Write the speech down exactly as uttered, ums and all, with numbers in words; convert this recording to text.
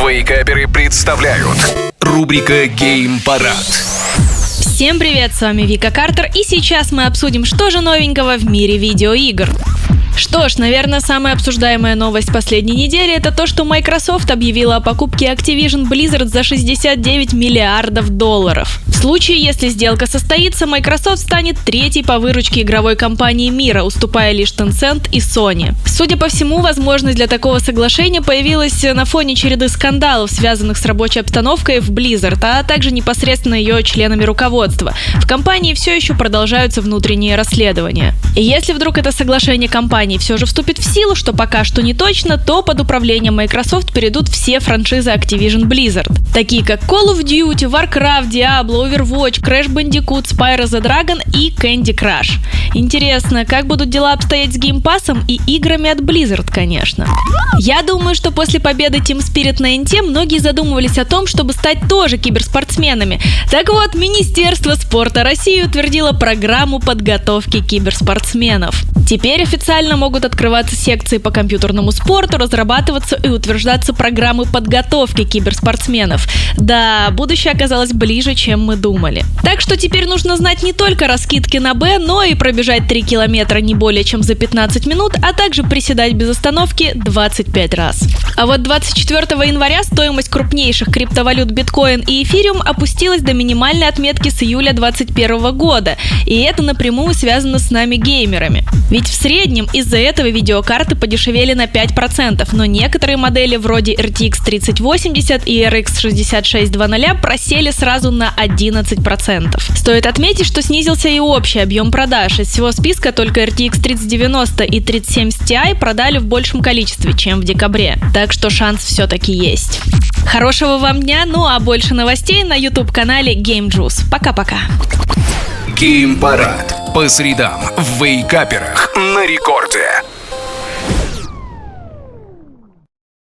Вейкаперы представляют рубрика «Геймпарад». Всем привет, с вами Вика Картер, и сейчас мы обсудим, что же новенького в мире видеоигр. Что ж, наверное, самая обсуждаемая новость последней недели — это то, что Microsoft объявила о покупке Activision Blizzard за шестьдесят девять миллиардов долларов. В случае, если сделка состоится, Microsoft станет третьей по выручке игровой компанией мира, уступая лишь Tencent и Sony. Судя по всему, возможность для такого соглашения появилась на фоне череды скандалов, связанных с рабочей обстановкой в Blizzard, а также непосредственно ее членами руководства. В компании все еще продолжаются внутренние расследования. И если вдруг это соглашение компании все же вступит в силу, что пока что не точно, то под управлением Microsoft перейдут все франшизы Activision Blizzard, такие как Call of Duty, Warcraft, Diablo, Overwatch, Crash Bandicoot, Spyro the Dragon и Candy Crush. Интересно, как будут дела обстоять с геймпассом и играми от Blizzard, конечно. Я думаю, что после победы Team Spirit на Инте многие задумывались о том, чтобы стать тоже киберспортсменами. Так вот, Министерство спорта России утвердило программу подготовки киберспортсменов. Теперь официально могут открываться секции по компьютерному спорту, разрабатываться и утверждаться программы подготовки киберспортсменов. Да, будущее оказалось ближе, чем мы думали. Так что теперь нужно знать не только раскидки на Б, но и пробежать три километра не более чем за пятнадцать минут, а также приседать без остановки двадцать пять раз. А вот двадцать четвёртого января стоимость крупнейших криптовалют биткоин и эфириум опустилась до минимальной отметки с июля двадцать первого года, и это напрямую связано с нами геймерами. Ведь в среднем из-за этого видеокарты подешевели на пять процентов, но некоторые модели вроде эр ти экс тридцать восемьдесят и эр икс шестьдесят шесть двадцать просели сразу на одиннадцать процентов. Стоит отметить, что снизился и общий объем продаж. Из всего списка только эр ти экс тридцать девяносто и тридцать семьдесят ти продали в большем количестве, чем в декабре. Так что шанс все-таки есть. Хорошего вам дня, ну а больше новостей на YouTube-канале Game Juice. Пока-пока. Геймпарад по средам в Вейкаперах на рекорде.